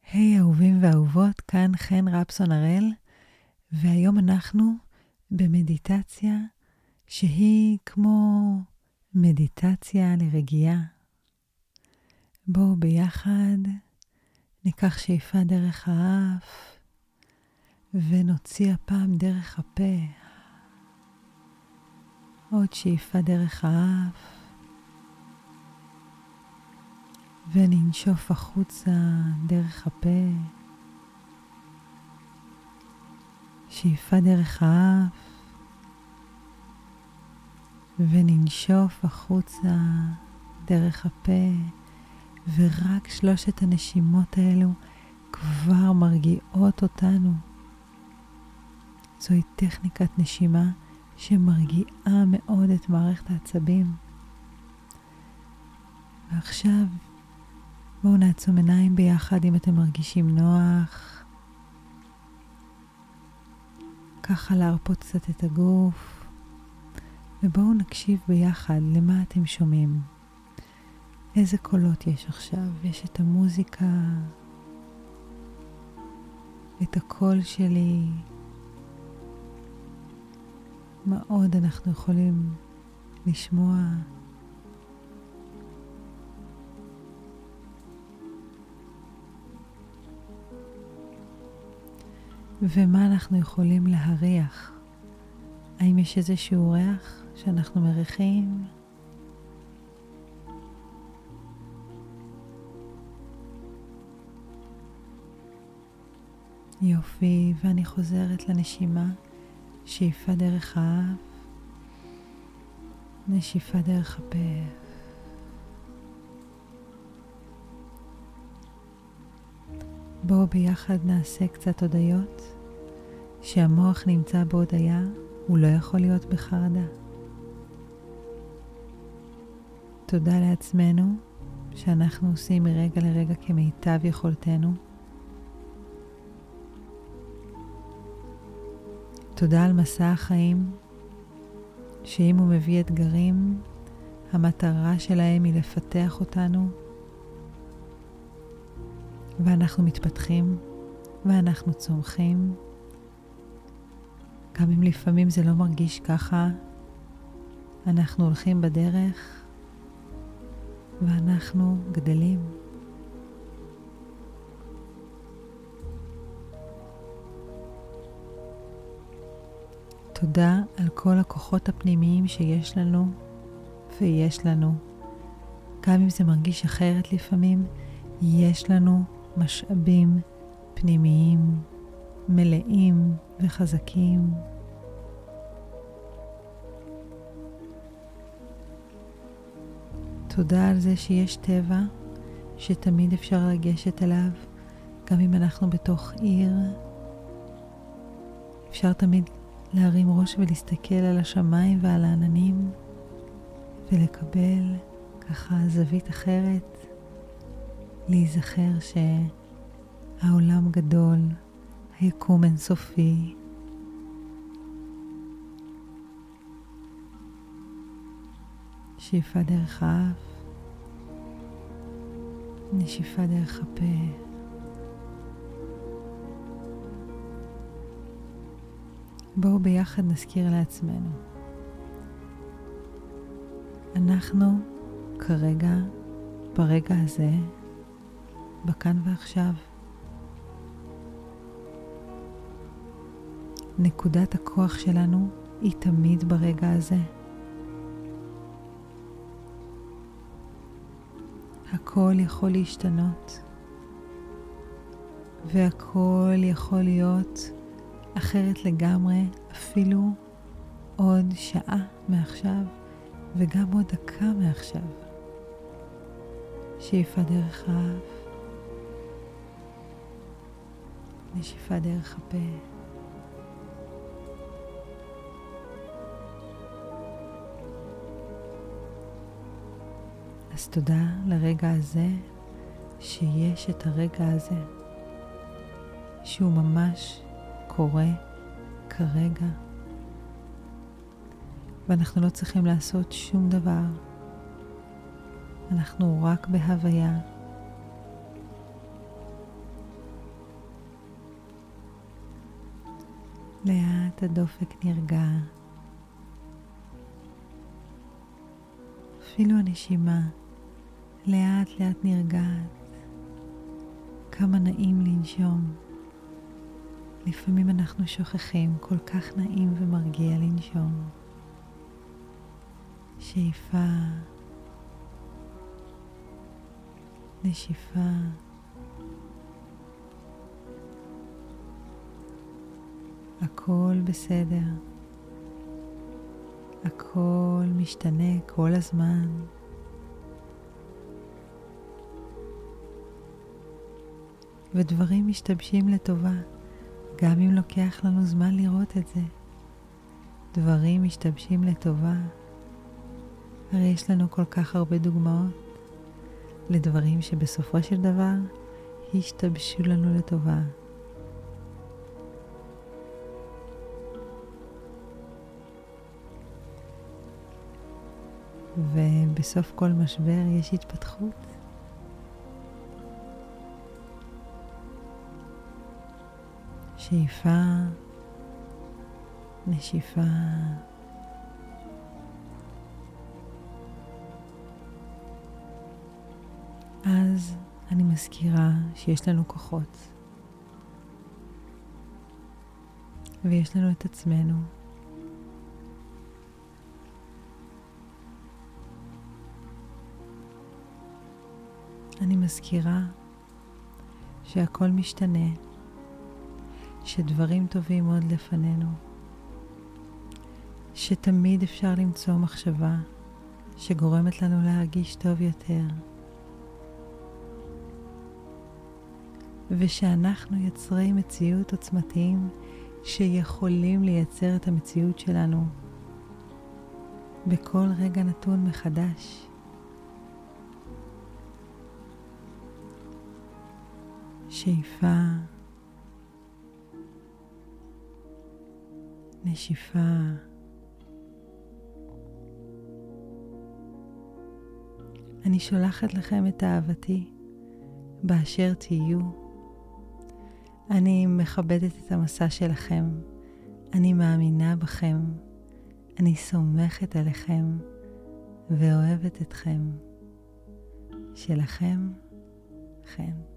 היי אהובים ואהובות, כאן חן רפסון הראל, והיום אנחנו במדיטציה שהיא כמו מדיטציה לרגיעה. בואו ביחד ניקח שאיפה דרך האף ונוציא הפעם דרך הפה. עוד שאיפה דרך האף וננשוף החוצה דרך הפה. שאיפה דרך האף וננשוף החוצה דרך הפה, ורק 3 הנשימות האלו כבר מרגיעות אותנו. זוהי טכניקת נשימה שמרגיעה מאוד את מערכת העצבים. ועכשיו בואו נעצום עיניים ביחד אם אתם מרגישים נוח. ככה להרפות קצת את הגוף. ובואו נקשיב ביחד למה אתם שומעים. איזה קולות יש עכשיו? יש את המוזיקה, את הקול שלי. מה עוד אנחנו יכולים לשמוע? ומה אנחנו יכולים להריח? האם יש איזשהו ריח שאנחנו מריחים? יופי, ואני חוזרת לנשימה. שאיפה דרך האף, נשיפה דרך הפה. בואו ביחד נעשה קצת הודיות. שהמוח נמצא בהודיה, הוא לא יכול להיות בחרדה. תודה לעצמנו שאנחנו עושים מרגע לרגע כמיטב יכולתנו. תודה על מסע החיים, שאם הוא מביא אתגרים, המטרה שלהם היא לפתח אותנו, ואנחנו מתפתחים, ואנחנו צומחים. גם אם לפעמים זה לא מרגיש ככה, אנחנו הולכים בדרך, ואנחנו גדלים. תודה על כל הכוחות הפנימיים שיש לנו ויש לנו. גם אם זה מרגיש אחרת לפעמים, יש לנו משאבים פנימיים מלאים וחזקים. תודה על זה שיש טבע שתמיד אפשר לגשת אליו, גם אם אנחנו בתוך עיר. אפשר תמיד להרים ראש ולהסתכל על השמיים ועל העננים ולקבל ככה זווית אחרת, להיזכר שהעולם גדול, היקום אינסופי. שאיפה דרך האף, נשיפה דרך הפה. בואו ביחד נזכיר לעצמנו. אנחנו כרגע, ברגע הזה, בכאן ועכשיו. נקודת הכוח שלנו היא תמיד ברגע הזה. הכל יכול להשתנות, והכל יכול להיות אחרת לגמרי, אפילו עוד שעה מעכשיו, וגם עוד דקה מעכשיו. שאיפה דרך האף, נשיפה דרך הפה. אז תודה לרגע הזה, שיש את הרגע הזה, שהוא ממש קורה כרגע. ואנחנו לא צריכים לעשות שום דבר. אנחנו רק בהוויה. לאט הדופק נרגע. אפילו הנשימה לאט לאט נרגעת. כמה נעים לנשום. לפעמים אנחנו שוכחים, כל כך נעים ומרגיע לנשום. שאיפה, נשיפה. הכל בסדר. הכל משתנה כל הזמן. ודברים משתבשים לטובה, גם אם לוקח לנו זמן לראות את זה. דברים משתבשים לטובה. הרי יש לנו כל כך הרבה דוגמאות לדברים שבסופו של דבר השתבשו לנו לטובה. ובסוף כל משבר יש התפתחות. שאיפה, נשיפה. אז אני מזכירה שיש לנו כוחות. ויש לנו את עצמנו. אני מזכירה שהכל משתנה, שדברים טובים עוד לפנינו, שתמיד אפשר למצוא מחשבה שגורמת לנו להרגיש טוב יותר, ושאנחנו יוצרי מציאות עוצמתיים שיכולים לייצר את המציאות שלנו בכל רגע נתון מחדש. שאיפה, נשיפה. אני שולחת לכם את אהבתי באשר תהיו. אני מכבדת את המסע שלכם. אני מאמינה בכם. אני סומכת עליכם ואוהבת אתכם. שלכם, חן.